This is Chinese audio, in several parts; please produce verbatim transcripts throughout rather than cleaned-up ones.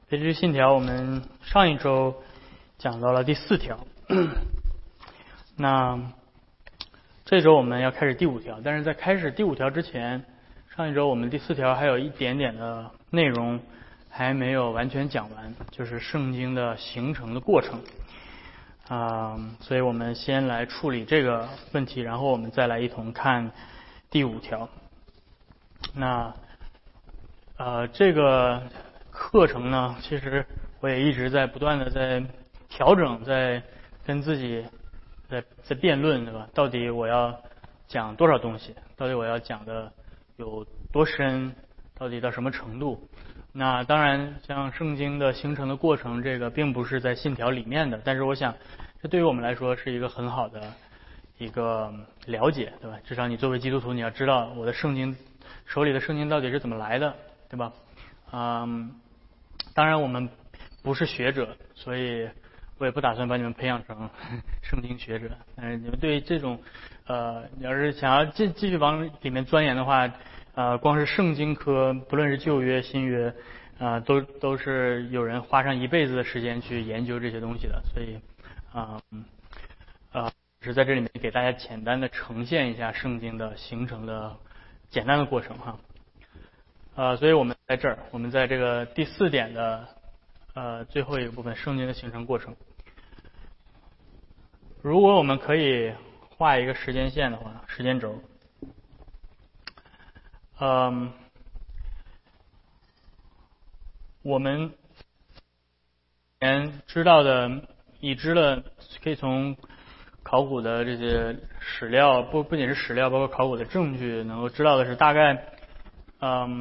这支信条我们上一周讲到了第四条，那这周我们要开始第五条，但是在开始第五条之前，上一周我们第四条还有一点点的内容还没有完全讲完，就是圣经的形成的过程啊、呃，所以我们先来处理这个问题，然后我们再来一同看第五条。那呃这个课程呢，其实我也一直在不断的在调整，在跟自己在在辩论，对吧？到底我要讲多少东西？到底我要讲的有多深？到底到什么程度？那当然，像圣经的形成的过程，这个并不是在信条里面的，但是我想，这对于我们来说是一个很好的一个了解，对吧？至少你作为基督徒，你要知道我的圣经手里的圣经到底是怎么来的，对吧？嗯。当然我们不是学者，所以我也不打算把你们培养成圣经学者。但是你们对这种呃，你要是想要继继续往里面钻研的话，呃，光是圣经科，不论是旧约、新约，啊、呃，都都是有人花上一辈子的时间去研究这些东西的。所以啊，呃，呃，是在这里面给大家简单的呈现一下圣经的形成的简单的过程哈。呃，所以我们在这儿，我们在这个第四点的呃最后一个部分，圣经的形成过程。如果我们可以画一个时间线的话，时间轴，嗯，我们前知道的、已知的，可以从考古的这些史料，不不仅是史料，包括考古的证据，能够知道的是大概，嗯。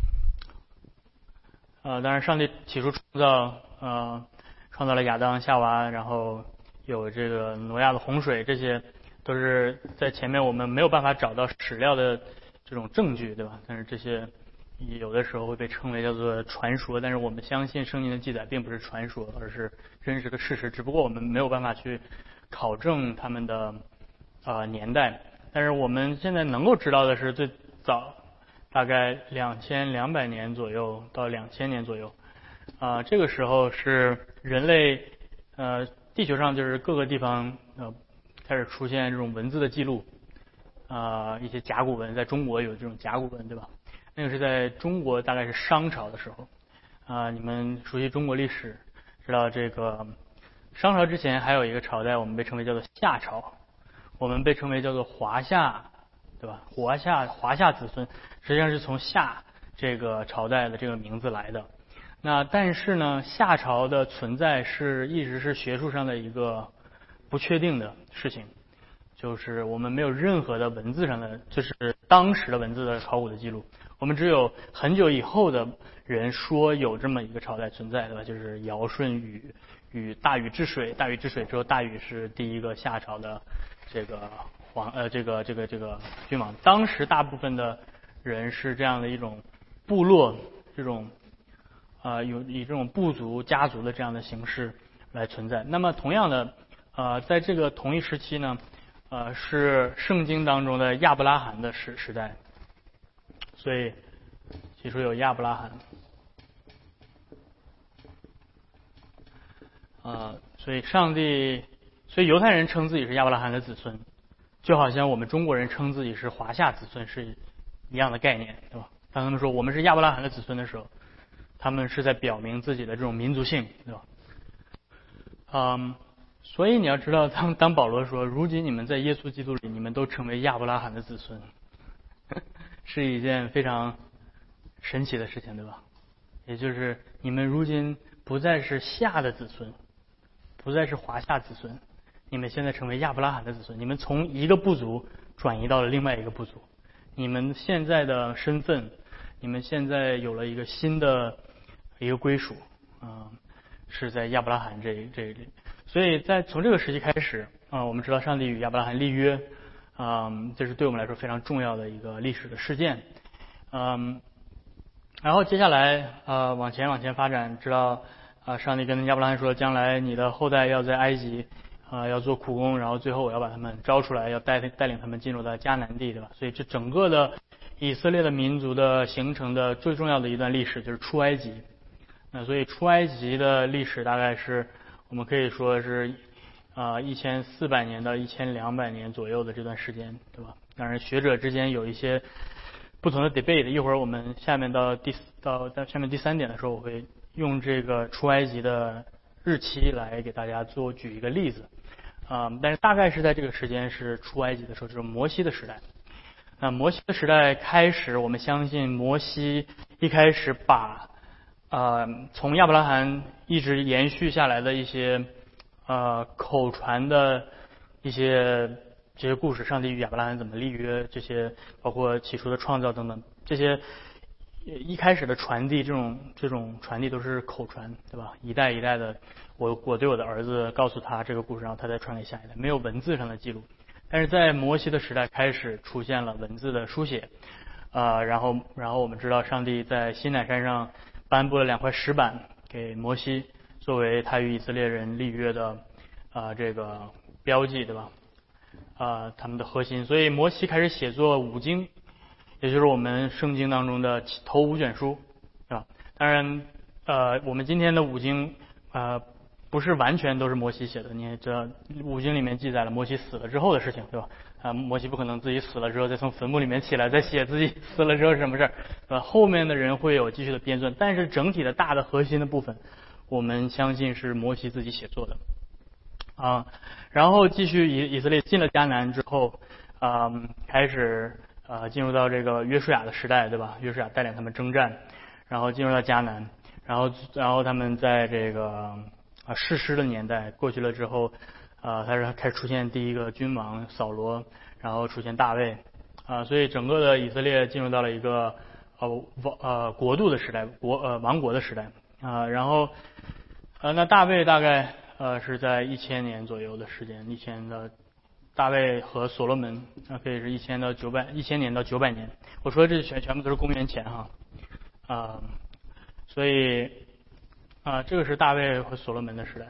呃，当然，上帝起初创造，呃，创造了亚当、夏娃，然后有这个挪亚的洪水，这些都是在前面我们没有办法找到史料的这种证据，对吧？但是这些有的时候会被称为叫做传说，但是我们相信圣经的记载并不是传说，而是真实的事实，只不过我们没有办法去考证他们的呃年代。但是我们现在能够知道的是，最早大概两千两百年左右到两千年左右，啊、呃，这个时候是人类呃地球上就是各个地方呃开始出现这种文字的记录，啊、呃，一些甲骨文，在中国有这种甲骨文，对吧？那个是在中国大概是商朝的时候，啊、呃，你们熟悉中国历史，知道这个商朝之前还有一个朝代，我们被称为叫做夏朝，我们被称为叫做华夏。对吧？华夏华夏子孙实际上是从夏这个朝代的这个名字来的。那但是呢，夏朝的存在是一直是学术上的一个不确定的事情，就是我们没有任何的文字上的，就是当时的文字的考古的记录，我们只有很久以后的人说有这么一个朝代存在，对吧？就是尧舜禹禹大禹治水，大禹治水之后，大禹是第一个夏朝的这个。皇呃，这个这个这个君王，当时大部分的人是这样的一种部落，这种呃有以这种部族、家族的这样的形式来存在。那么同样的，呃，在这个同一时期呢，呃，是圣经当中的亚伯拉罕的时时代，所以起初有亚伯拉罕，呃，所以上帝，所以犹太人称自己是亚伯拉罕的子孙。就好像我们中国人称自己是华夏子孙是一样的概念，对吧？当他们说我们是亚伯拉罕的子孙的时候，他们是在表明自己的这种民族性，对吧？嗯，所以你要知道，当当保罗说，如今你们在耶稣基督里，你们都成为亚伯拉罕的子孙，是一件非常神奇的事情，对吧？也就是你们如今不再是夏的子孙，不再是华夏子孙。你们现在成为亚伯拉罕的子孙，你们从一个部族转移到了另外一个部族，你们现在的身份，你们现在有了一个新的一个归属，啊、呃，是在亚伯拉罕这这里。所以在从这个时期开始，啊、呃，我们知道上帝与亚伯拉罕立约，啊、呃，这是对我们来说非常重要的一个历史的事件，嗯、呃，然后接下来呃往前往前发展，知道啊、呃，上帝跟亚伯拉罕说，将来你的后代要在埃及。啊、呃，要做苦工，然后最后我要把他们招出来，要带带领他们进入到迦南地，对吧？所以这整个的以色列的民族的形成的最重要的一段历史就是出埃及。 那所以出埃及的历史大概是我们可以说是啊一千四百年到一千两百年左右的这段时间，对吧？当然学者之间有一些不同的 debate， 一会儿我们下面到第到到下面第三点的时候，我会用这个出埃及的日期来给大家做举一个例子啊、呃，但是大概是在这个时间是出埃及的时候，就是摩西的时代。那摩西的时代开始，我们相信摩西一开始把呃从亚伯拉罕一直延续下来的一些呃口传的一些这些故事，上帝与亚伯拉罕怎么立约，这些包括起初的创造等等，这些一开始的传递，这种这种传递都是口传，对吧？一代一代的，我我对我的儿子告诉他这个故事，然后他再传给下一代，没有文字上的记录。但是在摩西的时代开始出现了文字的书写，啊、呃，然后然后我们知道上帝在西乃山上颁布了两块石板给摩西，作为他与以色列人立约的啊、呃、这个标记，对吧？啊、呃，他们的核心。所以摩西开始写作五经，也就是我们圣经当中的头五卷书，对吧？当然，呃，我们今天的五经，呃。不是完全都是摩西写的，你也知道，五经里面记载了摩西死了之后的事情，对吧？啊，摩西不可能自己死了之后再从坟墓里面起来再写自己死了之后是什么事儿，对吧？后面的人会有继续的编纂，但是整体的大的核心的部分，我们相信是摩西自己写作的啊。然后继续以以色列进了迦南之后，啊，开始啊进入到这个约书亚的时代，对吧？约书亚带领他们征战，然后进入到迦南，然后然后他们在这个。啊，士师的年代过去了之后，啊，开始开始出现第一个君王扫罗，然后出现大卫，啊，所以整个的以色列进入到了一个呃王呃国度的时代，国呃王国的时代啊，然后呃那大卫大概呃是在一千年左右的时间，一千的大卫和所罗门啊可以是一千到九百一千年到九百年，我说这全全部都是公元前哈啊，所以。啊，这个是大卫和所罗门的时代。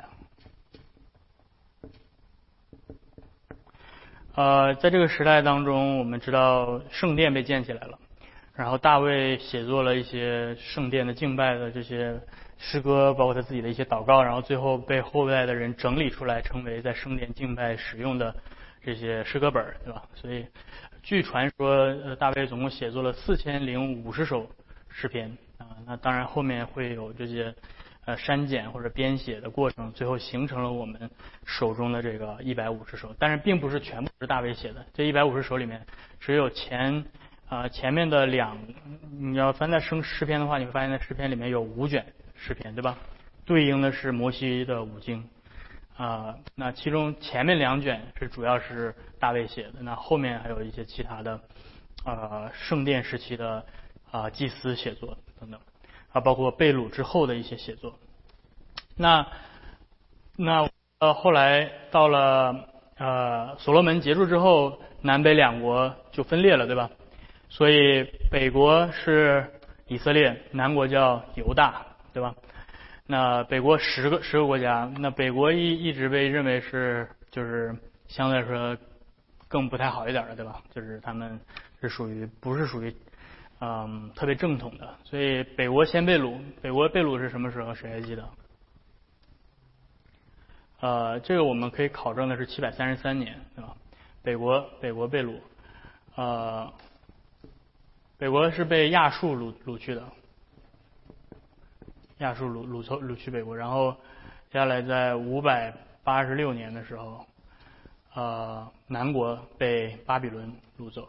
呃，在这个时代当中，我们知道圣殿被建起来了，然后大卫写作了一些圣殿的敬拜的这些诗歌，包括他自己的一些祷告，然后最后被后代的人整理出来，成为在圣殿敬拜使用的这些诗歌本，对吧？所以，据传说，呃，大卫总共写作了四千零五十首诗篇啊。那当然后面会有这些。呃，删减或者编写的过程，最后形成了我们手中的这个一百五十首，但是并不是全部是大卫写的。这一百五十首里面，只有前啊、呃、前面的两，你要翻在诗诗篇的话，你会发现在诗篇里面有五卷诗篇，对吧？对应的是摩西的五经啊、呃，那其中前面两卷是主要是大卫写的，那后面还有一些其他的啊、呃、圣殿时期的啊、呃、祭司写作等等。啊，包括被掳之后的一些写作。那那呃，后来到了呃所罗门结束之后，南北两国就分裂了，对吧？所以北国是以色列，南国叫犹大，对吧？那北国十个十个国家，那北国一一直被认为是就是相对来说更不太好一点的，对吧？就是他们是属于不是属于。嗯，特别正统的，所以北国先被掳。北国被掳是什么时候？谁还记得？呃，这个我们可以考证的是七百三十三年，对吧？北国北国被掳，呃，北国是被亚述掳掳去的，亚述掳掳走掳去北国，然后接下来在五百八十六年的时候，呃，南国被巴比伦掳走。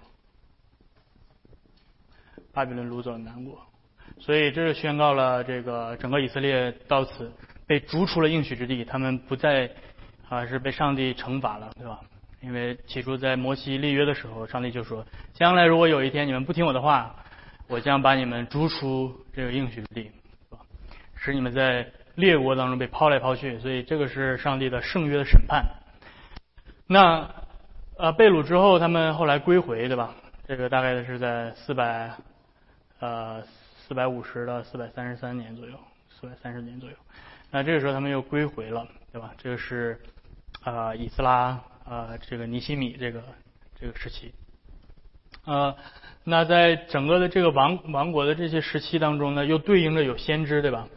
巴比伦掳走了南国，所以这就宣告了这个整个以色列到此被逐出了应许之地，他们不再啊是被上帝惩罚了，对吧？因为起初在摩西立约的时候，上帝就说，将来如果有一天你们不听我的话，我将把你们逐出这个应许之地，对吧？使你们在列国当中被抛来抛去，所以这个是上帝的圣约的审判。那呃被掳之后，他们后来归回，对吧？这个大概是在四百。呃，四百五十到四百三十三年左右，四百三十年左右。那这个时候他们又归回了，对吧？这个是呃以斯拉呃这个尼希米这个这个时期。呃，那在整个的这个王王国的这些时期当中呢，又对应着有先知，对吧？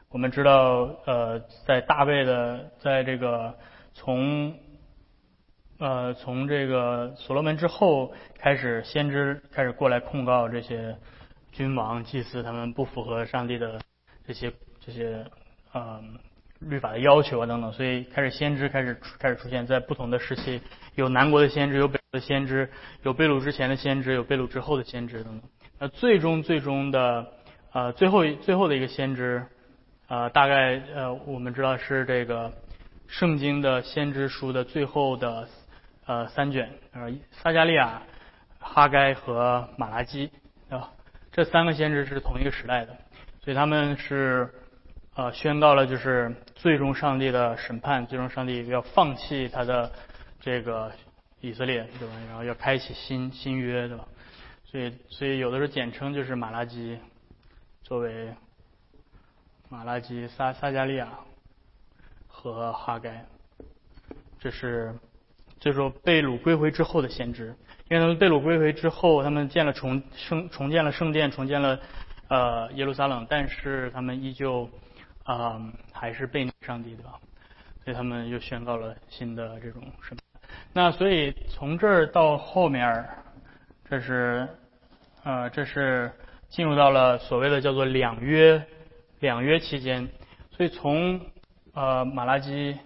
我们知道，呃，在大卫的，在这个从呃从这个所罗门之后开始，先知开始过来控告这些君王、祭司他们不符合上帝的这些这些呃律法的要求啊等等，所以开始先知开始开始出现在不同的时期，有南国的先知，有北国的先知，有被掳之前的先知，有被掳之后的先知等等。那最终最终的呃最后最后的一个先知，呃大概呃我们知道是这个圣经的先知书的最后的呃三卷，呃撒迦利亚、哈该和马拉基啊，这三个先知是同一个时代的，所以他们是呃宣告了就是最终上帝的审判，最终上帝要放弃他的这个以色列，对吧？然后要开启新新约，对吧？所以所以有的时候简称就是马拉基，作为马拉基、撒撒迦利亚和哈该，这是这时候被掳归回之后的先知，因为他们被掳归回之后，他们建了重圣重建了圣殿，重建了呃耶路撒冷，但是他们依旧啊、呃、还是背逆上帝，对吧？所以他们又宣告了新的这种审判。那所以从这儿到后面，这是呃这是进入到了所谓的叫做两约两约期间，所以从呃马拉基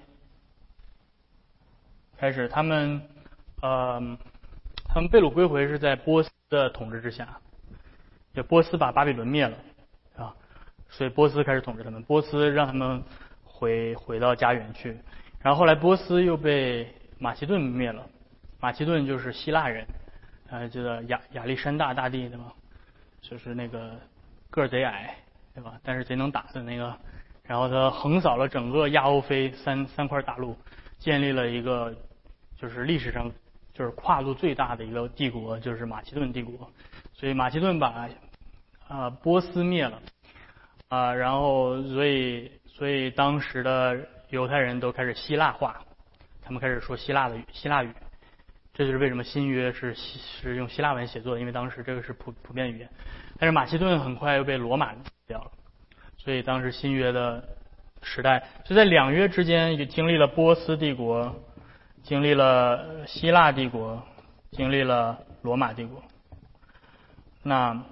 开始，他们呃他们被掳归回是在波斯的统治之下，就波斯把巴比伦灭了啊，所以波斯开始统治他们，波斯让他们回回到家园去，然后后来波斯又被马其顿灭了，马其顿就是希腊人，呃，这个亚亚历山大大帝对吗？就是那个个儿贼矮对吧？但是贼能打的那个，然后他横扫了整个亚欧非三三块大陆，建立了一个就是历史上就是跨度最大的一个帝国，就是马其顿帝国。所以马其顿把啊、呃、波斯灭了啊、呃，然后所以所以当时的犹太人都开始希腊化，他们开始说希腊的语希腊语。这就是为什么新约是是用希腊文写作的，因为当时这个是普普遍语言。但是马其顿很快又被罗马掉了，所以当时新约的时代就在两约之间，也经历了波斯帝国，经历了希腊帝国，经历了罗马帝国。那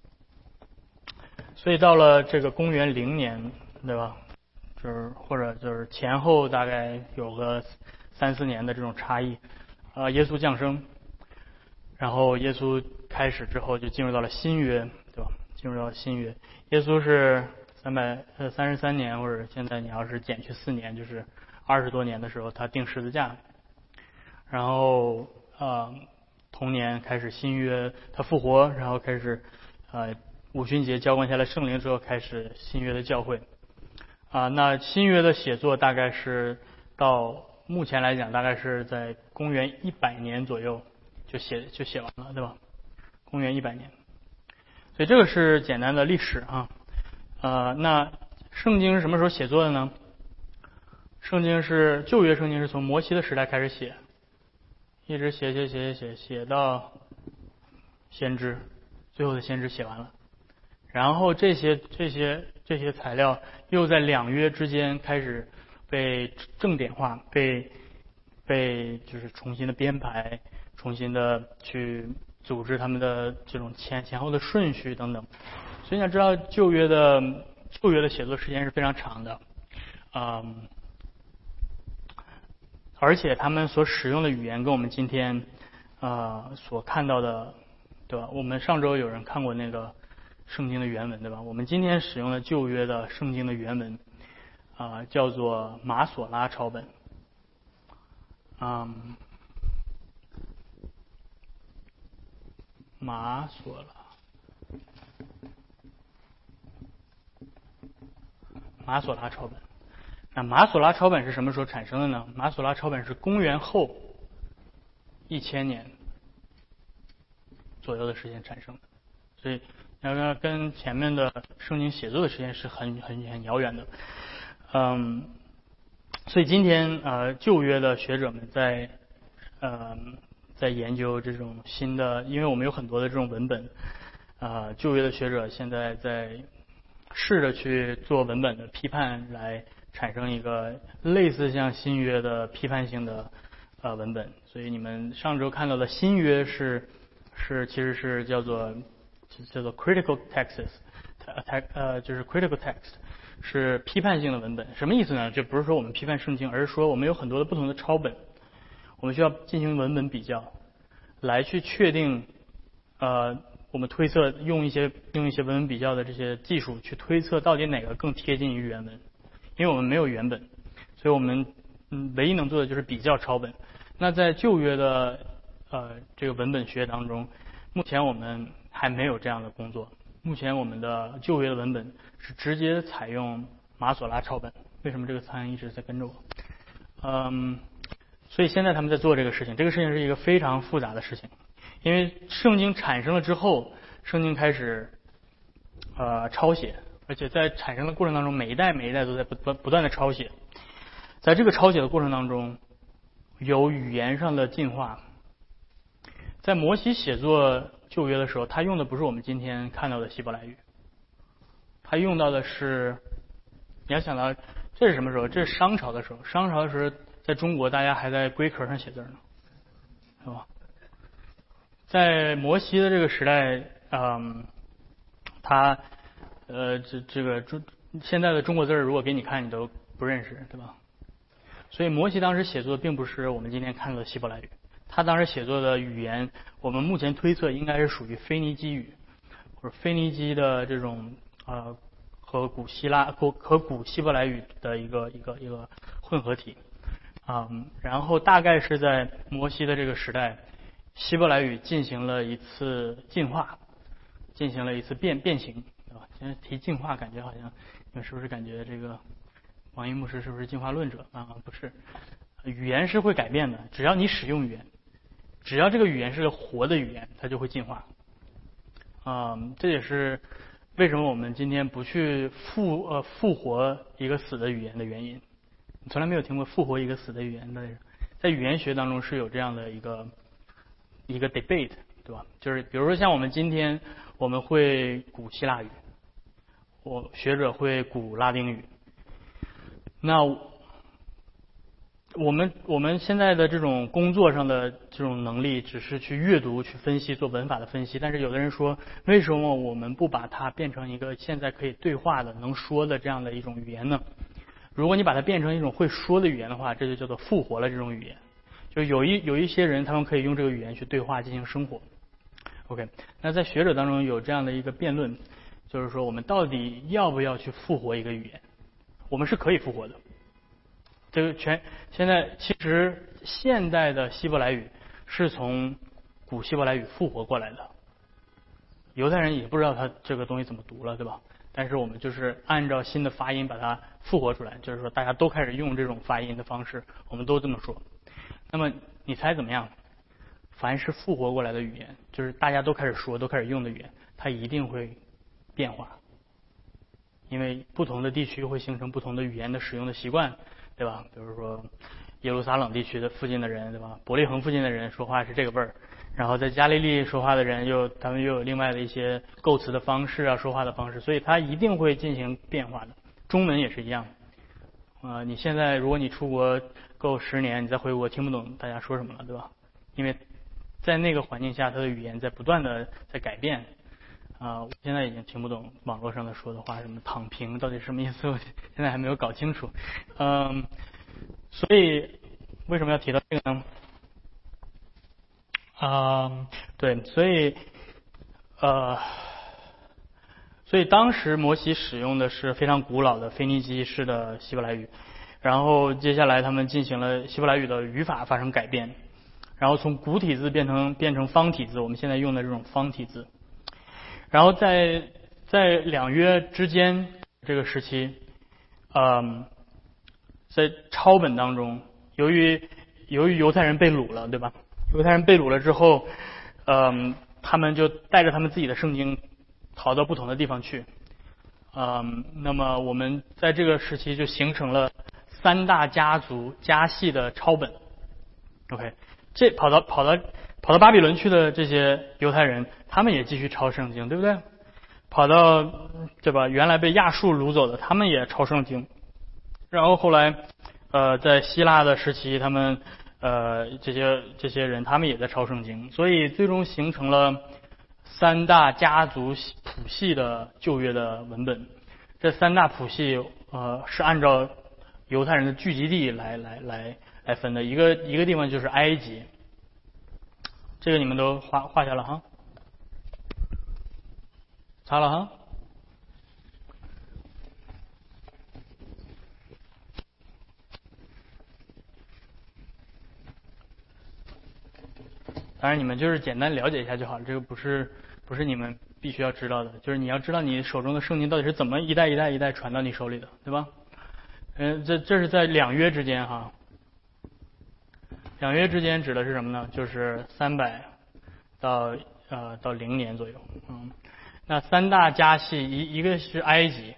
所以到了这个公元零年，对吧？就是或者就是前后大概有个三四年的这种差异。呃，耶稣降生，然后耶稣开始之后就进入到了新约，对吧？进入到了新约，耶稣是三百呃三十三年，或者现在你要是减去四年，就是二十多年的时候，他钉十字架，然后呃同年开始新约，他复活，然后开始呃五旬节浇灌下来圣灵之后，开始新约的教会啊、呃。那新约的写作大概是到目前来讲，大概是在公元一百年左右就写就写完了，对吧？公元一百年，所以这个是简单的历史啊。呃，那圣经是什么时候写作的呢？圣经是旧约圣经是从摩西的时代开始写，一直写写写写写写到先知，最后的先知写完了，然后这些这些这些材料又在两约之间开始被正典化，被被就是重新的编排，重新的去组织他们的这种前前后的顺序等等。所以你要知道，旧约的旧约的写作时间是非常长的，嗯，而且他们所使用的语言跟我们今天呃所看到的，对吧？我们上周有人看过那个圣经的原文，对吧？我们今天使用的旧约的圣经的原文啊、呃，叫做马索拉抄本，嗯，马索拉。马索拉抄本，那马索拉抄本是什么时候产生的呢？马索拉抄本是公元后一千年左右的时间产生的，所以要要跟前面的圣经写作的时间是很很很遥远的。嗯，所以今天呃旧约的学者们在呃在研究这种新的，因为我们有很多的这种文本，啊、呃、旧约的学者现在在试着去做文本的批判，来产生一个类似像新约的批判性的呃文本。所以你们上周看到的新约是是其实是叫做叫做 critical texts， 呃就是 critical text 是批判性的文本。什么意思呢？就不是说我们批判圣经，而是说我们有很多的不同的抄本，我们需要进行文本比较，来去确定呃。我们推测用一些用一些文本比较的这些技术去推测到底哪个更贴近于原文，因为我们没有原本，所以我们嗯唯一能做的就是比较抄本。那在旧约的呃这个文本学当中，目前我们还没有这样的工作。目前我们的旧约的文本是直接采用马索拉抄本。为什么这个参一直在跟着我？嗯，所以现在他们在做这个事情，这个事情是一个非常复杂的事情。因为圣经产生了之后，圣经开始呃抄写，而且在产生的过程当中，每一代每一代都在不不不断的抄写。在这个抄写的过程当中，有语言上的进化。在摩西写作旧约的时候，他用的不是我们今天看到的希伯来语，他用到的是，你要想到这是什么时候？这是商朝的时候。商朝的时候，在中国大家还在龟壳上写字呢，是吧？在摩西的这个时代，嗯，他呃这这个中现在的中国字如果给你看，你都不认识，对吧？所以摩西当时写作并不是我们今天看到的希伯来语，他当时写作的语言，我们目前推测应该是属于腓尼基语，或者腓尼基的这种呃和古希腊和和古希伯来语的一个一个一个混合体，嗯，然后大概是在摩西的这个时代。希伯来语进行了一次进化，进行了一次变变形，对吧？现在提进化，感觉好像，你们是不是感觉这个王一牧师是不是进化论者啊？不是，语言是会改变的，只要你使用语言，只要这个语言是个活的语言，它就会进化。嗯，这也是为什么我们今天不去复呃复活一个死的语言的原因。你从来没有听过复活一个死的语言的，在语言学当中是有这样的一个。一个 debate， 对吧？就是比如说像我们今天我们会古希腊语，我学者会古拉丁语。那我们我们现在的这种工作上的这种能力，只是去阅读、去分析、做文法的分析。但是有的人说，为什么我们不把它变成一个现在可以对话的、能说的这样的一种语言呢？如果你把它变成一种会说的语言的话，这就叫做复活了这种语言。就有一有一些人，他们可以用这个语言去对话进行生活。OK， 那在学者当中有这样的一个辩论，就是说我们到底要不要去复活一个语言？我们是可以复活的。这个全现在其实现代的希伯来语是从古希伯来语复活过来的。犹太人也不知道他这个东西怎么读了，对吧？但是我们就是按照新的发音把它复活出来，就是说大家都开始用这种发音的方式，我们都这么说。那么你猜怎么样？凡是复活过来的语言，就是大家都开始说、都开始用的语言，它一定会变化，因为不同的地区会形成不同的语言的使用的习惯，对吧？比如说耶路撒冷地区的附近的人，对吧？伯利恒附近的人说话是这个味儿，然后在加利利说话的人又他们又有另外的一些构词的方式啊，说话的方式，所以它一定会进行变化的。中文也是一样。啊、呃，你现在如果你出国够十年，你再回国听不懂大家说什么了，对吧？因为在那个环境下，它的语言在不断的在改变。啊、呃，我现在已经听不懂网络上的说的话，什么躺平到底什么意思？我现在还没有搞清楚。嗯，所以为什么要提到这个呢？啊、呃，对，所以呃。所以当时摩西使用的是非常古老的腓尼基式的希伯来语，然后接下来他们进行了希伯来语的语法发生改变，然后从古体字变成变成方体字，我们现在用的这种方体字。然后在在两约之间这个时期，嗯，在抄本当中，由于由于犹太人被掳了，对吧？犹太人被掳了之后，嗯，他们就带着他们自己的圣经逃到不同的地方去，嗯，那么我们在这个时期就形成了三大家族家系的抄本。OK， 这跑到跑到跑到巴比伦去的这些犹太人，他们也继续抄圣经，对不对？跑跑到对吧？原来被亚述掳走的，他们也抄圣经。然后后来，呃，在希腊的时期，他们呃这些这些人，他们也在抄圣经，所以最终形成了三大家族谱系的旧约的文本。这三大谱系呃是按照犹太人的聚集地来来来来分的，一个一个地方就是埃及，这个你们都画画下了哈。擦了哈。当然你们就是简单了解一下就好了，这个不是不是你们必须要知道的，就是你要知道你手中的圣经到底是怎么一代一代一代传到你手里的，对吧？嗯，这这是在两约之间哈。两约之间指的是什么呢？就是三百到呃到零年左右，嗯。那三大家系一一个是埃及，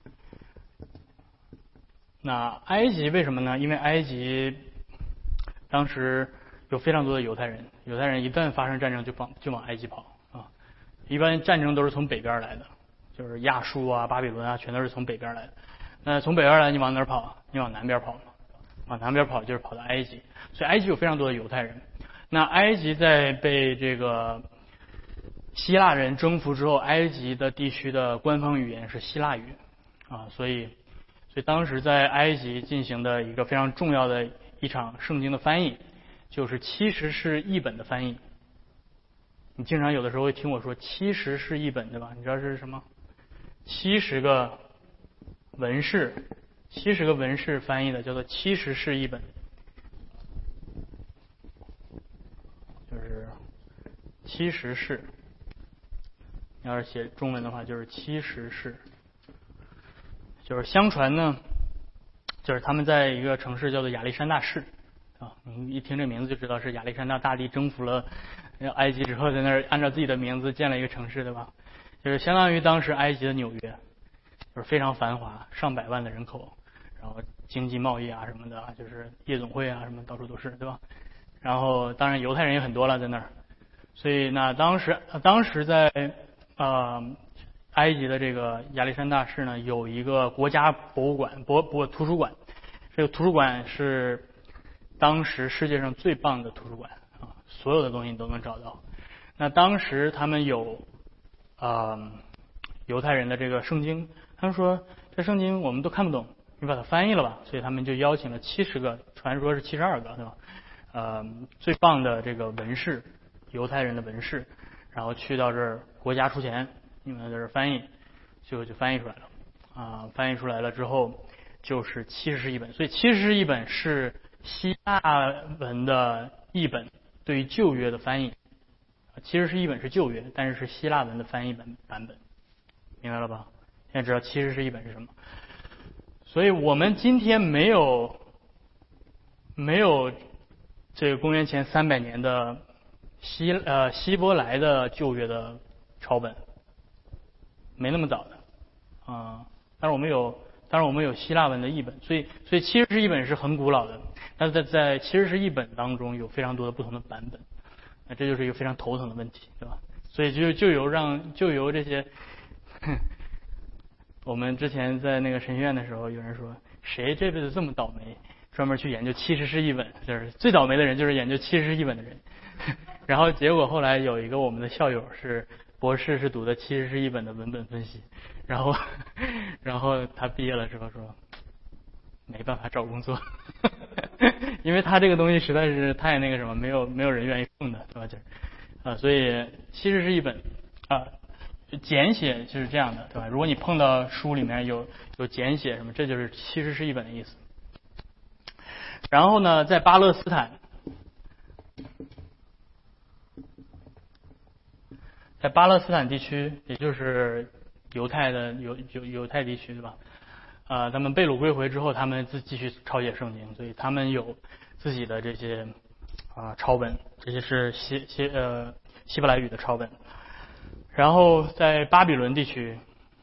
那埃及为什么呢？因为埃及当时有非常多的犹太人，犹太人一旦发生战争就往就往埃及跑啊。一般战争都是从北边来的，就是亚述啊、巴比伦啊，全都是从北边来的。那从北边来，你往哪儿跑？你往南边跑嘛，往南边跑就是跑到埃及。所以埃及有非常多的犹太人。那埃及在被这个希腊人征服之后，埃及的地区的官方语言是希腊语啊，所以所以当时在埃及进行的一个非常重要的一场圣经的翻译，就是七十士译本的翻译。你经常有的时候会听我说七十士译本，对吧？你知道是什么？七十个文士，七十个文士翻译的叫做七十士译本，就是七十士。要是写中文的话，就是七十士。就是相传呢，就是他们在一个城市叫做亚历山大市啊，你一听这名字就知道是亚历山大大帝征服了埃及之后，在那儿按照自己的名字建了一个城市，对吧？就是相当于当时埃及的纽约，就是非常繁华，上百万的人口，然后经济贸易啊什么的，就是夜总会啊什么到处都是，对吧？然后当然犹太人也很多了在那儿，所以那当时当时在呃，埃及的这个亚历山大市呢，有一个国家博物馆、博博图书馆。这个图书馆是当时世界上最棒的图书馆啊，所有的东西你都能找到。那当时他们有呃犹太人的这个圣经，他们说这圣经我们都看不懂，你把它翻译了吧。所以他们就邀请了七十个，传说是七十二个，对吧？呃，最棒的这个文士，犹太人的文士。然后去到这儿，国家出钱，你们在这儿翻译，最后就翻译出来了啊！翻译出来了之后，就是七十士译本。所以七十士译本是希腊文的译本对于旧约的翻译，七十士译本是旧约，但是是希腊文的翻译本版本，明白了吧？现在知道七十士译本是什么。所以我们今天没有没有这个公元前三百年的。希呃希伯来的旧约的抄本，没那么早的啊、呃，但是我们有，当然我们有希腊文的译本，所以所以七十士译本是很古老的，但是在在七十士译本当中有非常多的不同的版本，那这就是一个非常头疼的问题，对吧？所以就就由让就由这些，我们之前在那个神学院的时候，有人说谁这辈子这么倒霉，专门去研究七十士译本，就是最倒霉的人就是研究七十士译本的人。然后结果后来有一个我们的校友是博士，是读的七十士译本的文本分析，然后然后他毕业了之后说没办法找工作，因为他这个东西实在是太那个什么，没有没有人愿意用的，对吧？就是啊，所以七十士译本啊，简写就是这样的，对吧？如果你碰到书里面有有简写什么，这就是七十士译本的意思。然后呢，在巴勒斯坦。在巴勒斯坦地区，也就是犹太的犹犹犹太地区，对吧？呃，他们被掳归回之后，他们自继续抄写圣经，所以他们有自己的这些啊、呃、抄本，这些是希希呃希伯来语的抄本。然后在巴比伦地区，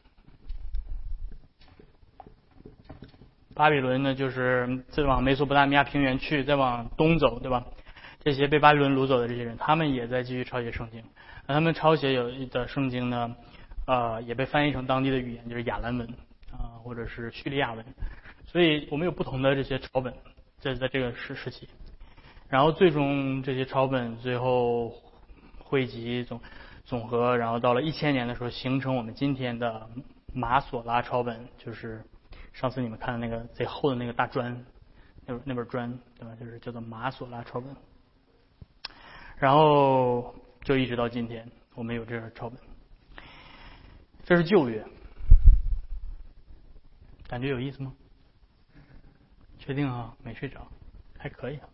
巴比伦呢就是再往美索不达米亚平原去，再往东走，对吧？这些被巴比伦掳走的这些人，他们也在继续抄写圣经。那他们抄写有的圣经呢， 呃也被翻译成当地的语言，就是亚兰文啊、呃、或者是叙利亚文，所以我们有不同的这些抄本，这在这个时时期，然后最终这些抄本最后汇集总总和，然后到了一千年的时候形成我们今天的马索拉抄本，就是上次你们看的那个贼厚的那个大砖，那本那本砖，对吧？就是叫做马索拉抄本。然后就一直到今天，我们有这本抄本。这是旧约，感觉有意思吗？确定啊？没睡着，还可以啊。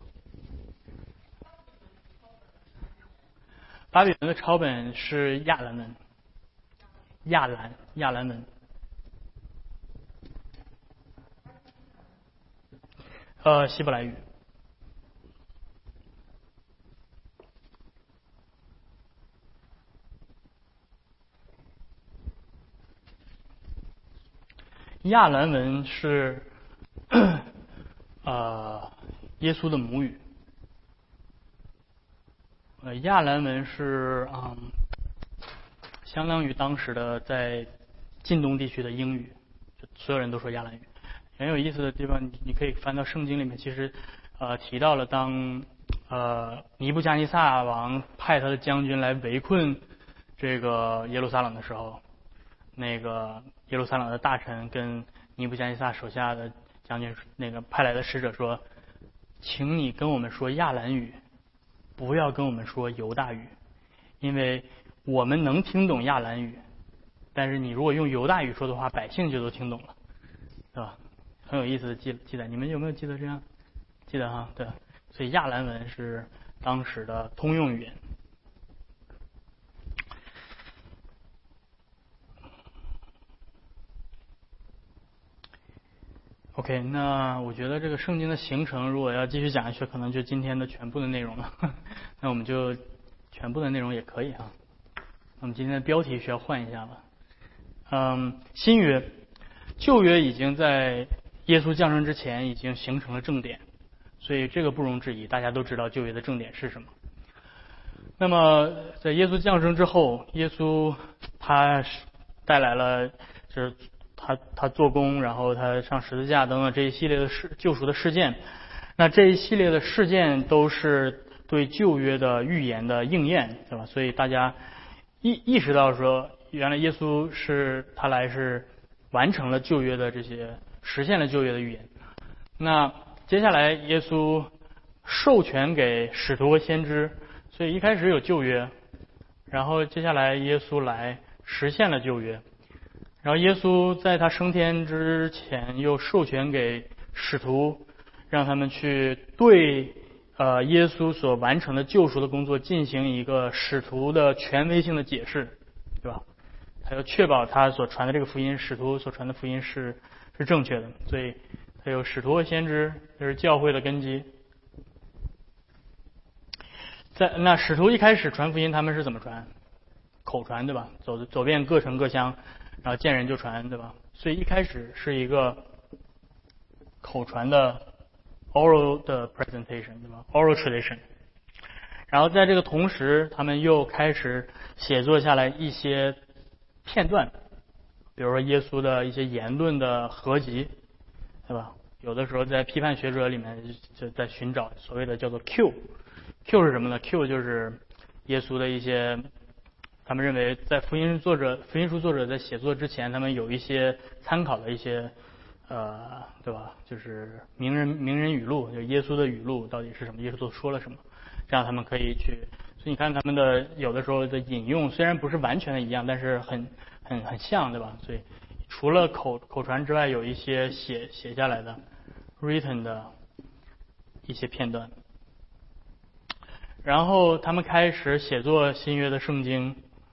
巴比伦的抄本是亚兰文，亚兰亚兰文。呃，希伯来语。亚兰文是呃耶稣的母语。呃，亚兰文是嗯，相当于当时的在近东地区的英语，所有人都说亚兰语。很有意思的地方，你你可以翻到圣经里面，其实呃提到了当呃尼布加尼撒王派他的将军来围困这个耶路撒冷的时候，那个耶路撒冷的大臣跟尼布加尼撒手下的将军那个派来的使者说，请你跟我们说亚兰语，不要跟我们说犹大语，因为我们能听懂亚兰语，但是你如果用犹大语说的话，百姓就都听懂了，是吧？很有意思的记记载，你们有没有记得这样？记得哈，对。所以亚兰文是当时的通用语言。OK， 那我觉得这个圣经的形成，如果要继续讲下去，可能就今天的全部的内容了。那我们就全部的内容也可以啊。那么今天的标题需要换一下了。嗯，新约、旧约已经在耶稣降生之前已经形成了正典，所以这个不容置疑，大家都知道旧约的正典是什么。那么在耶稣降生之后，耶稣他带来了就是他他做工，然后他上十字架等等这一系列的事救赎的事件。那这一系列的事件都是对旧约的预言的应验，对吧？所以大家意意识到说，原来耶稣是他来是完成了旧约的这些，实现了旧约的预言。那接下来耶稣授权给使徒和先知，所以一开始有旧约，然后接下来耶稣来实现了旧约，然后耶稣在他升天之前又授权给使徒，让他们去对呃耶稣所完成的救赎的工作进行一个使徒的权威性的解释，对吧？他要确保他所传的这个福音，使徒所传的福音是是正确的，所以他有使徒和先知，这是教会的根基。在那使徒一开始传福音，他们是怎么传？口传，对吧？走走遍各城各乡，然后见人就传，对吧？所以一开始是一个口传的 oral 的 presentation， 对吧 ？oral tradition。然后在这个同时，他们又开始写作下来一些片段，比如说耶稣的一些言论的合集，对吧？有的时候在批判学者里面就在寻找所谓的叫做 Q。Q 是什么呢 ？Q 就是耶稣的一些，他们认为在福音作者、福音书作者在写作之前，他们有一些参考的一些，呃，对吧？就是名人名人语录，就耶稣的语录到底是什么？耶稣都说了什么？这样他们可以去。所以你看他们的有的时候的引用虽然不是完全的一样，但是很很很像，对吧？所以除了口口传之外，有一些写写下来的 written 的一些片段。然后他们开始写作新约的圣经，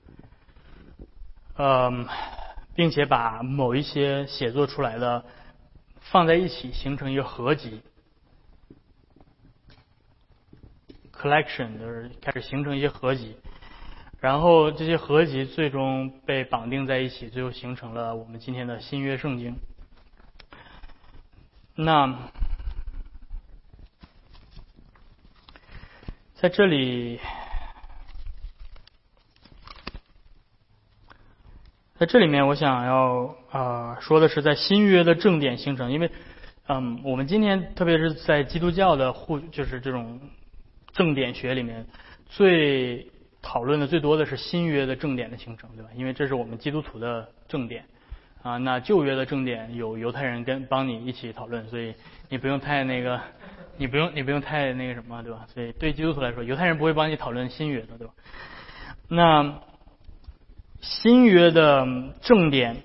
嗯，并且把某一些写作出来的放在一起，形成一个合集 collection， 就是开始形成一些合集。然后这些合集最终被绑定在一起，最后形成了我们今天的新约圣经。那在这里，在在这里面我想要呃说的是在新约的正典形成，因为嗯我们今天特别是在基督教的互就是这种正典学里面最讨论的最多的是新约的正典的形成，对吧？因为这是我们基督徒的正典啊。那旧约的正典有犹太人跟帮你一起讨论，所以你不用太那个，你不用你不用太那个什么，对吧？所以对基督徒来说，犹太人不会帮你讨论新约的，对吧？那新约的正典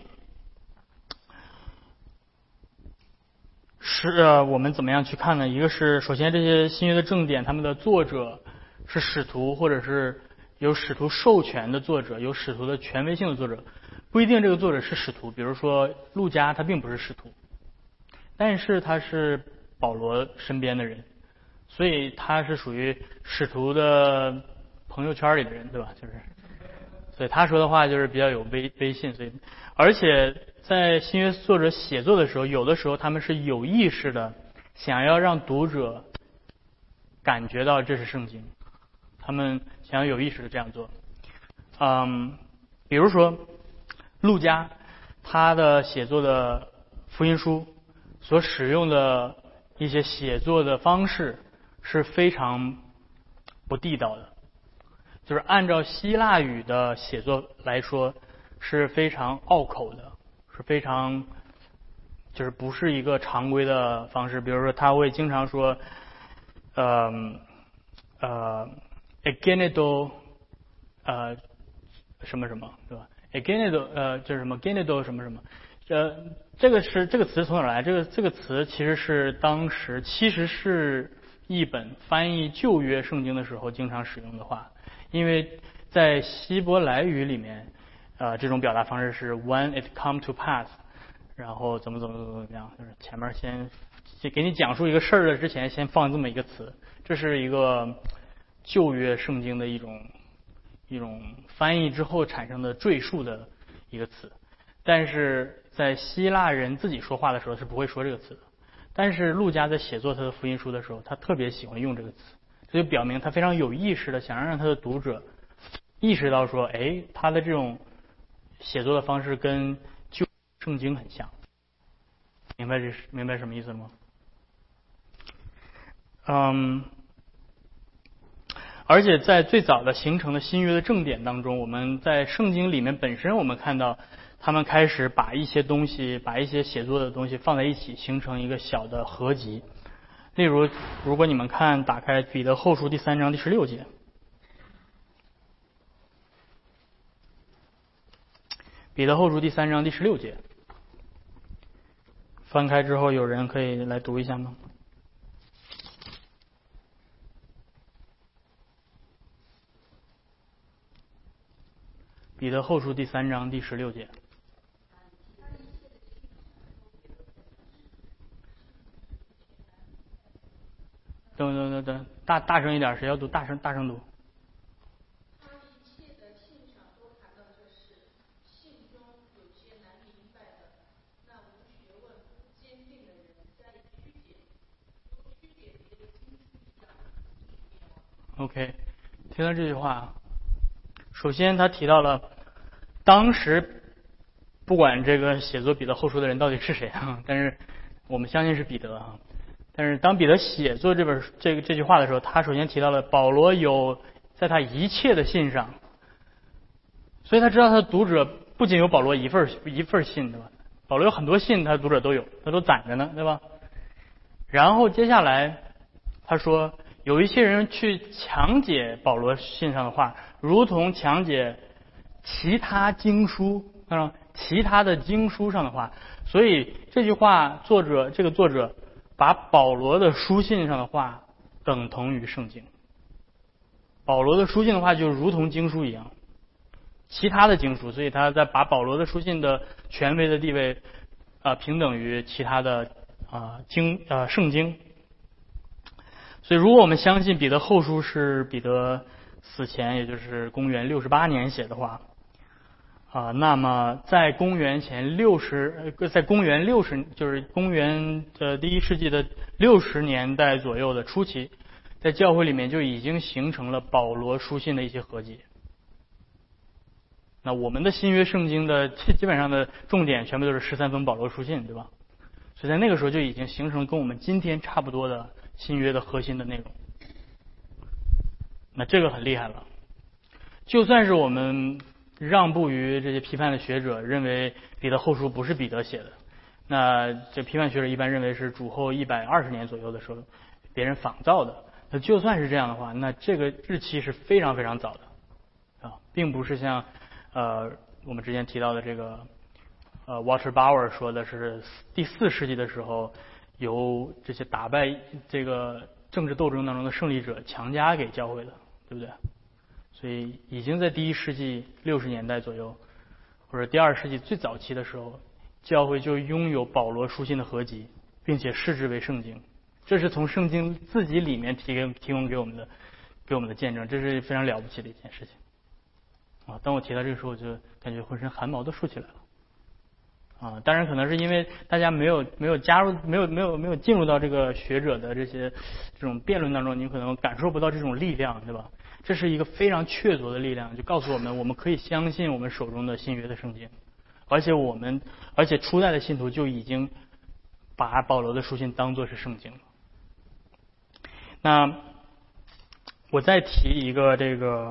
是呃我们怎么样去看呢？一个是首先这些新约的正典，他们的作者是使徒，或者是有使徒授权的作者，有使徒的权威性的作者，不一定这个作者是使徒。比如说路加，他并不是使徒，但是他是保罗身边的人，所以他是属于使徒的朋友圈里的人，对吧？就是。所以他说的话就是比较有威威信，所以而且在新约作者写作的时候，有的时候他们是有意识的想要让读者感觉到这是圣经，他们想要有意识的这样做。嗯，比如说路加他的写作的福音书所使用的一些写作的方式是非常不地道的。就是按照希腊语的写作来说是非常拗口的，是非常就是不是一个常规的方式。比如说他会经常说呃呃 agenado 呃什么什么，对吧？ agenado 呃就是什么 agenado 什么什么，呃这个是这个词从哪来？这个这个词其实是当时其实是译本翻译旧约圣经的时候经常使用的话。因为在希伯来语里面，呃，这种表达方式是 when it come to pass， 然后怎么怎么怎么怎么样，就是前面先给你讲述一个事儿的之前，先放这么一个词，这是一个旧约圣经的一种一种翻译之后产生的赘述的一个词，但是在希腊人自己说话的时候是不会说这个词的，但是路加在写作他的福音书的时候，他特别喜欢用这个词。这就表明他非常有意识的想让他的读者意识到说，哎，他的这种写作的方式跟旧圣经很像。明白这是明白什么意思吗？嗯，而且在最早的形成的新约的正典当中，我们在圣经里面本身我们看到他们开始把一些东西把一些写作的东西放在一起，形成一个小的合集。例如，如果你们看打开彼得后书第三章第十六节，彼得后书第三章第十六节，翻开之后，有人可以来读一下吗？彼得后书第三章第十六节。等等等等，大大声一点，谁要读大声大声读。 他一切的信上都谈到这事，信中有些难明白的，那无学问、不坚定的人加以曲解，如曲解别的经书一样。 OK， 听到这句话，首先他提到了当时不管这个写作彼得后书的人到底是谁啊，但是我们相信是彼得啊。但是当彼得写作这本这个这句话的时候，他首先提到了保罗有在他一切的信上，所以他知道他的读者不仅有保罗一份一份信，对吧？保罗有很多信，他的读者都有，他都攒着呢，对吧？然后接下来他说，有一些人去强解保罗信上的话，如同强解其他经书，啊，其他的经书上的话，所以这句话作者这个作者。把保罗的书信上的话等同于圣经，保罗的书信的话就如同经书一样，其他的经书，所以他在把保罗的书信的权威的地位啊、呃、平等于其他的啊、呃、经啊、呃、圣经。所以如果我们相信彼得后书是彼得死前，也就是公元六十八年写的话。啊，那么在公元前六十，在公元六十，就是公元的第一世纪的六十年代左右的初期，在教会里面就已经形成了保罗书信的一些合集。 那我们的新约圣经的基本上的重点全部都是十三封保罗书信，对吧？所以在那个时候就已经形成跟我们今天差不多的新约的核心的内容。那这个很厉害了，就算是我们让步于这些批判的学者，认为彼得后书不是彼得写的，那这批判学者一般认为是主后一百二十年左右的时候别人仿造的。那就算是这样的话，那这个日期是非常非常早的啊，并不是像呃我们之前提到的这个呃 Walter Bauer 说的是第四世纪的时候由这些打败这个政治斗争当中的胜利者强加给教会的，对不对？所以已经在第一世纪六十年代左右，或者第二世纪最早期的时候，教会就拥有保罗书信的合集，并且视之为圣经。这是从圣经自己里面提给提供给我们的给我们的见证，这是非常了不起的一件事情啊！当我提到这个时候，我就感觉浑身汗毛都竖起来了啊！当然，可能是因为大家没有没有加入，没有没有没有进入到这个学者的这些这种辩论当中，你可能感受不到这种力量，对吧？这是一个非常确凿的力量，就告诉我们，我们可以相信我们手中的新约的圣经，而且我们而且初代的信徒就已经把保罗的书信当作是圣经了。那我再提一个这个，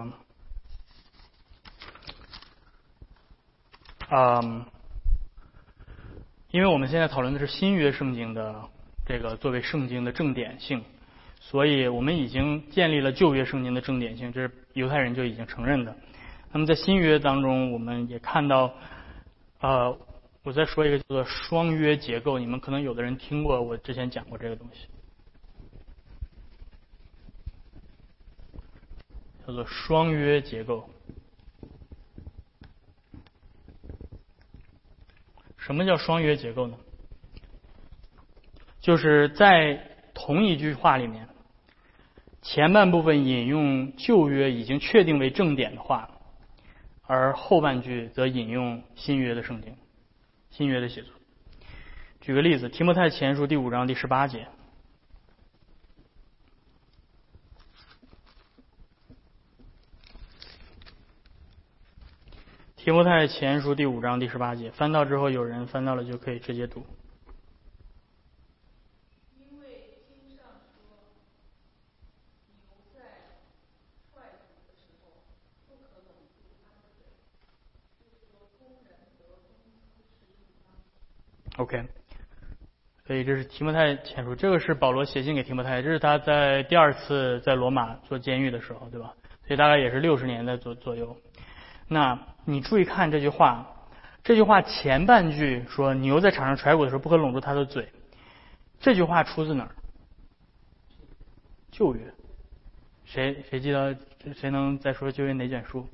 嗯，因为我们现在讨论的是新约圣经的这个作为圣经的正典性，所以我们已经建立了旧约圣经的正典性，这是犹太人就已经承认的。那么在新约当中，我们也看到，呃，我再说一个叫做双约结构，你们可能有的人听过，我之前讲过这个东西。叫做双约结构。什么叫双约结构呢？就是在同一句话里面，前半部分引用旧约已经确定为正典的话，而后半句则引用新约的圣经，新约的写作。举个例子，提摩太前书第五章第十八节。提摩太前书第五章第十八节，翻到之后有人翻到了就可以直接读。 因为经上说，牛在踹骨的时候，不可拢住它的嘴，就是说工人得工资是应当。 OK， 所以这是提摩太前书，这个是保罗写信给提摩太，这是他在第二次在罗马做监狱的时候，对吧？所以大概也是六十年代左左右。那你注意看这句话，这句话前半句说牛在场上踹骨的时候不可拢住它的嘴，这句话出自哪儿？旧约。谁谁记得？谁能再说旧约哪卷书？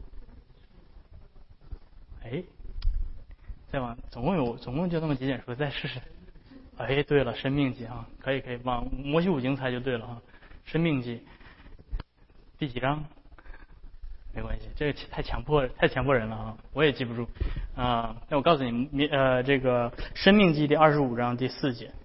哎，再往总共有总共就那么几卷书，再试试。哎，对了，生命记啊，可以可以，往摩西五经猜就对了哈。生命记第几章？没关系，这个太强迫太强迫人了啊，我也记不住啊。那我告诉你，呃，这个《申命记》第二十五章第四节。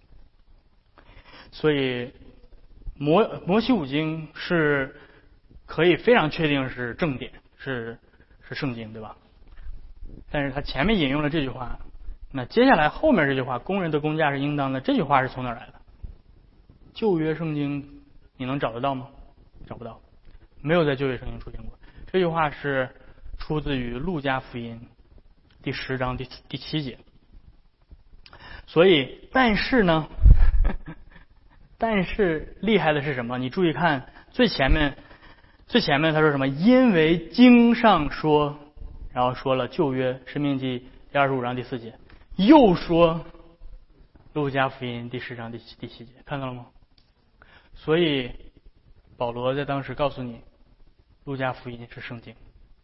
所以摩摩西五经是可以非常确定是正典，是是圣经，对吧？但是他前面引用了这句话，那接下来后面这句话，工人的工价是应当的，这句话是从哪儿来的？旧约圣经你能找得到吗？找不到，没有在旧约圣经出现过。这句话是出自于路加福音第十章第第七节。所以，但是呢，但是厉害的是什么？你注意看最前面，最前面他说什么？因为经上说，然后说了旧约申命记第二十五章第四节，又说路加福音第十章第第七节，看到了吗？所以保罗在当时告诉你，路加福音是圣经。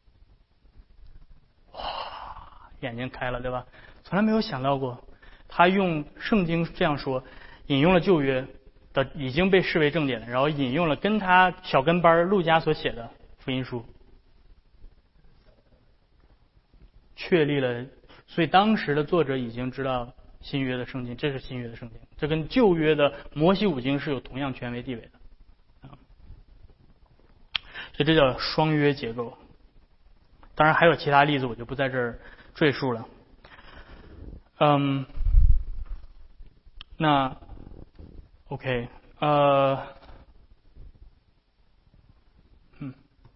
哇，眼睛开了，对吧？从来没有想到过，他用圣经这样说，引用了旧约的已经被视为正典的，然后引用了跟他小跟班路加所写的福音书，确立了。所以当时的作者已经知道新约的圣经，这是新约的圣经，这跟旧约的摩西五经是有同样权威地位的。所以这叫双约结构。 当然还有其他例子，我就不在这儿赘述了。嗯，那 OK， 呃，嗯，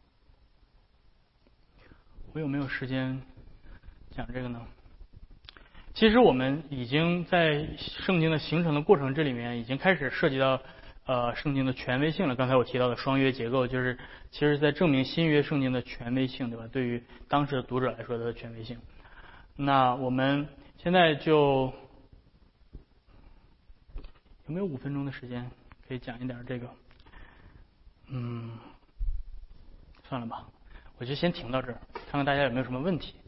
我有没有时间讲这个呢？其实我们已经在圣经的形成的过程这里面，已经开始涉及到呃圣经的权威性了。刚才我提到的双约结构，就是其实在证明新约圣经的权威性，对吧？对于当时的读者来说，它的权威性。那我们现在就有没有五分钟的时间可以讲一点这个？嗯，算了吧，我就先停到这儿，看看大家有没有什么问题。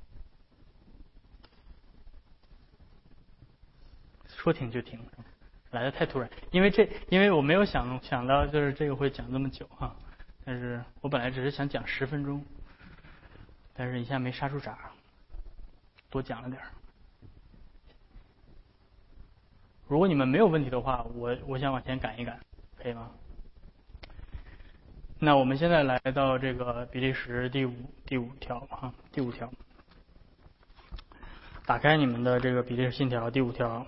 说停就停，来的太突然，因为这，因为我没有想想到就是这个会讲这么久哈，但是我本来只是想讲十分钟，但是一下没刹住闸，多讲了点儿。如果你们没有问题的话，我我想往前赶一赶，可以吗？那我们现在来到这个比利时第五第五条哈，第五条，打开你们的这个比利时信条第五条。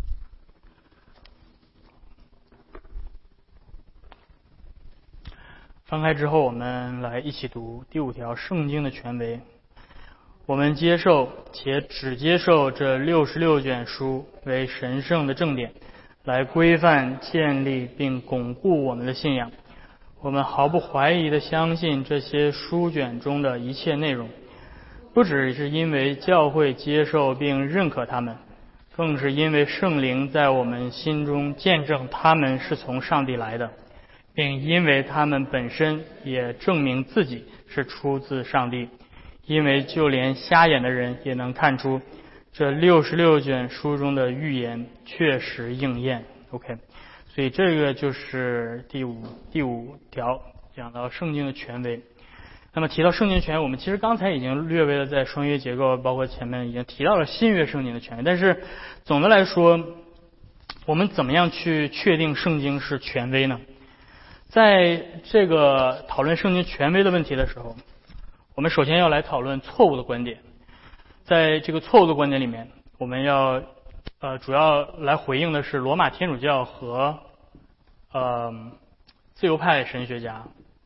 翻开之后，我们来一起读第五条圣经的权威。我们接受且只接受这六十六卷书为神圣的正典，来规范、建立并巩固我们的信仰。我们毫不怀疑地相信这些书卷中的一切内容，不只是因为教会接受并认可它们，更是因为圣灵在我们心中见证它们是从上帝来的，并因为他们本身也证明自己是出自上帝，因为就连瞎眼的人也能看出这六十六卷书中的预言确实应验。 OK， 所以这个就是第五第五条讲到圣经的权威。那么提到圣经权威，我们其实刚才已经略微的在双约结构包括前面已经提到了新约圣经的权威，但是总的来说，我们怎么样去确定圣经是权威呢？在这个讨论圣经权威的问题的时候，我们首先要来讨论错误的观点。在这个错误的观点里面，我们要呃主要来回应的是罗马天主教和呃自由派神学家，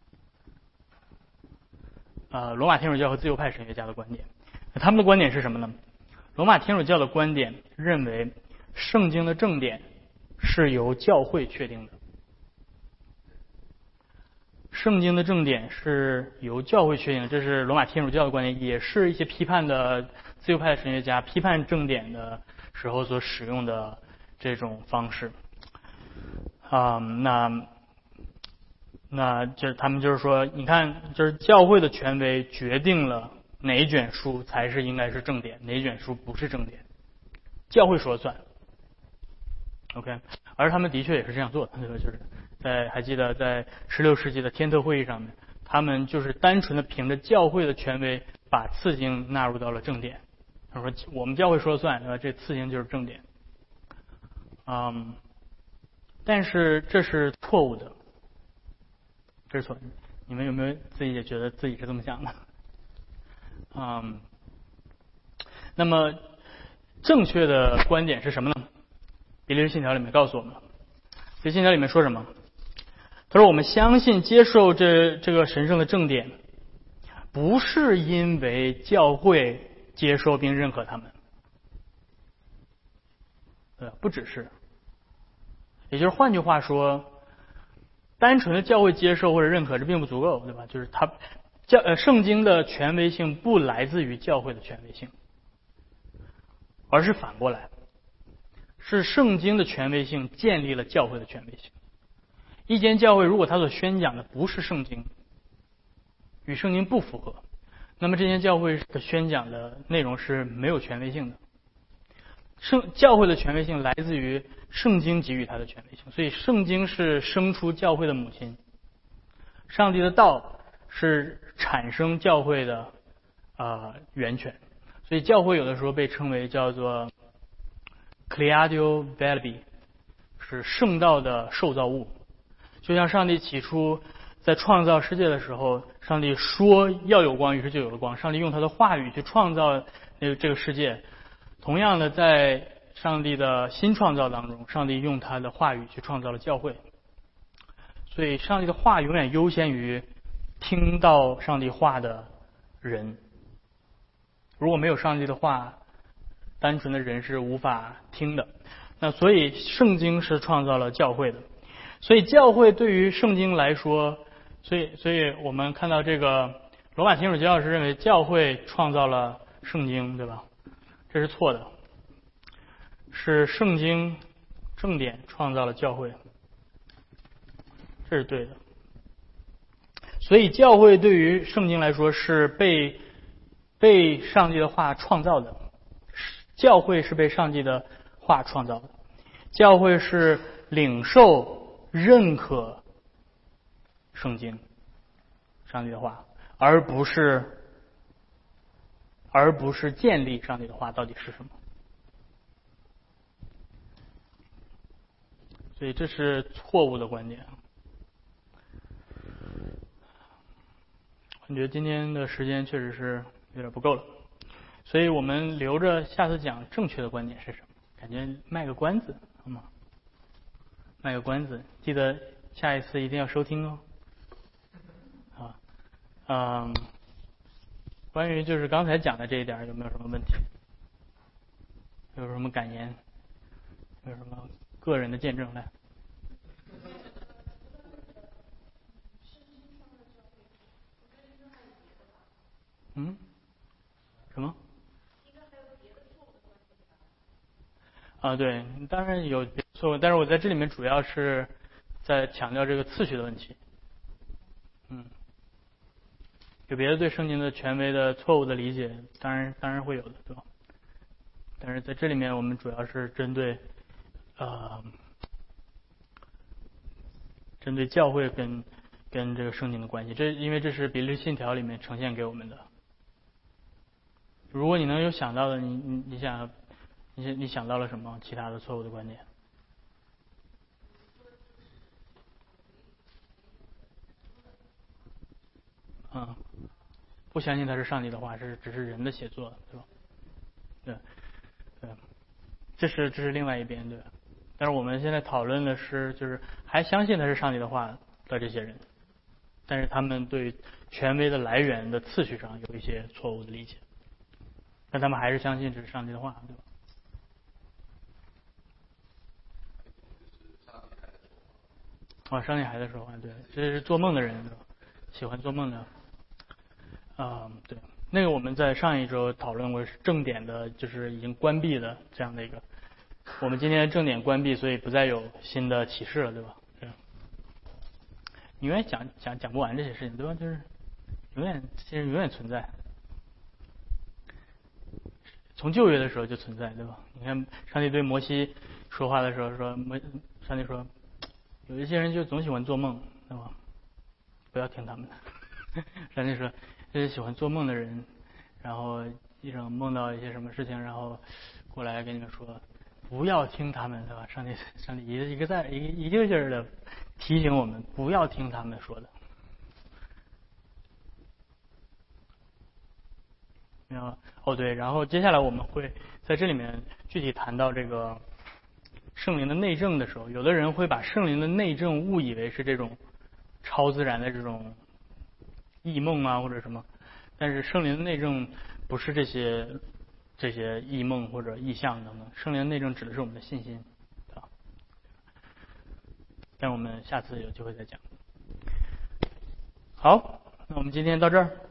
呃罗马天主教和自由派神学家的观点。他们的观点是什么呢？罗马天主教的观点认为，圣经的正典是由教会确定的。圣经的正典是由教会确定的，这是罗马天主教的观点，也是一些批判的自由派神学家批判正典的时候所使用的这种方式。啊、嗯，那那就是他们就是说，你看，就是教会的权威决定了哪一卷书才是应该是正典，哪一卷书不是正典，教会说了算。OK， 而他们的确也是这样做的，就是在还记得在十六世纪的天特会议上面，他们就是单纯的凭着教会的权威把次经纳入到了正典。他说我们教会说了算，对吧？这次经就是正典。嗯，但是这是错误的，这是错误的。你们有没有自己也觉得自己是这么想的？嗯，那么正确的观点是什么呢？比利时信条里面告诉我们了。比利时信条里面说什么？他说我们相信接受这这个神圣的正典，不是因为教会接受并认可他们，对，不只是，也就是换句话说，单纯的教会接受或者认可这并不足够，对吧？就是他教呃圣经的权威性不来自于教会的权威性，而是反过来。是圣经的权威性建立了教会的权威性。一间教会如果他所宣讲的不是圣经，与圣经不符合，那么这间教会的宣讲的内容是没有权威性的。圣教会的权威性来自于圣经给予它的权威性，所以圣经是生出教会的母亲，上帝的道是产生教会的啊、呃、源泉，所以教会有的时候被称为叫做Creatio Verbi， 是圣道的受造物，就像上帝起初在创造世界的时候，上帝说要有光，于是就有了光。上帝用他的话语去创造那个这个世界。同样的，在上帝的新创造当中，上帝用他的话语去创造了教会。所以上帝的话永远优先于听到上帝话的人。如果没有上帝的话，单纯的人是无法听的。那所以圣经是创造了教会的。所以教会对于圣经来说，所以所以我们看到这个罗马天主教是认为教会创造了圣经，对吧？这是错的，是圣经正典创造了教会，这是对的。所以教会对于圣经来说是被被上帝的话创造的，教会是被上帝的话创造的，教会是领受认可圣经上帝的话，而不是而不是建立上帝的话到底是什么。所以这是错误的观点。我觉得今天的时间确实是有点不够了，所以我们留着下次讲正确的观点是什么。感觉卖个关子好吗？卖个关子，记得下一次一定要收听哦。啊，嗯，关于就是刚才讲的这一点有没有什么问题？有什么感言？有什么个人的见证来？嗯？什么？啊，对，当然有错误，但是我在这里面主要是在强调这个次序的问题。嗯，有别的对圣经的权威的错误的理解，当然当然会有的，对吧？但是在这里面我们主要是针对呃针对教会跟跟这个圣经的关系，这因为这是比利信条里面呈现给我们的。如果你能有想到的，你你你想你你想到了什么其他的错误的观点？嗯，不相信它是上帝的话，是只是人的写作，对吧？对，对，这是这是另外一边，对。但是我们现在讨论的是，就是还相信它是上帝的话的这些人，但是他们对权威的来源的次序上有一些错误的理解，但他们还是相信这是上帝的话，对吧？哦，上帝还在说话，对，这是做梦的人，对吧？喜欢做梦的。啊、嗯，对，那个我们在上一周讨论过，是正点的，就是已经关闭的这样的一个。我们今天正点关闭，所以不再有新的启示了，对吧？对。你永远讲讲讲不完这些事情，对吧？就是永远这些人永远存在，从旧约的时候就存在，对吧？你看上帝对摩西说话的时候说，摩上帝说，有一些人就总喜欢做梦，对吧？不要听他们的。上帝说。这些喜欢做梦的人，然后一整梦到一些什么事情，然后过来跟你们说，不要听他们，对吧？上帝，上帝一个一个在一个一个劲儿的提醒我们，不要听他们说的。然后，哦对，然后接下来我们会在这里面具体谈到这个圣灵的内证的时候，有的人会把圣灵的内证误以为是这种超自然的这种异梦啊或者什么，但是圣灵的内证不是这些这些异梦或者异象等等，圣灵的内证指的是我们的信心啊。但我们下次有机会再讲。好，那我们今天到这儿。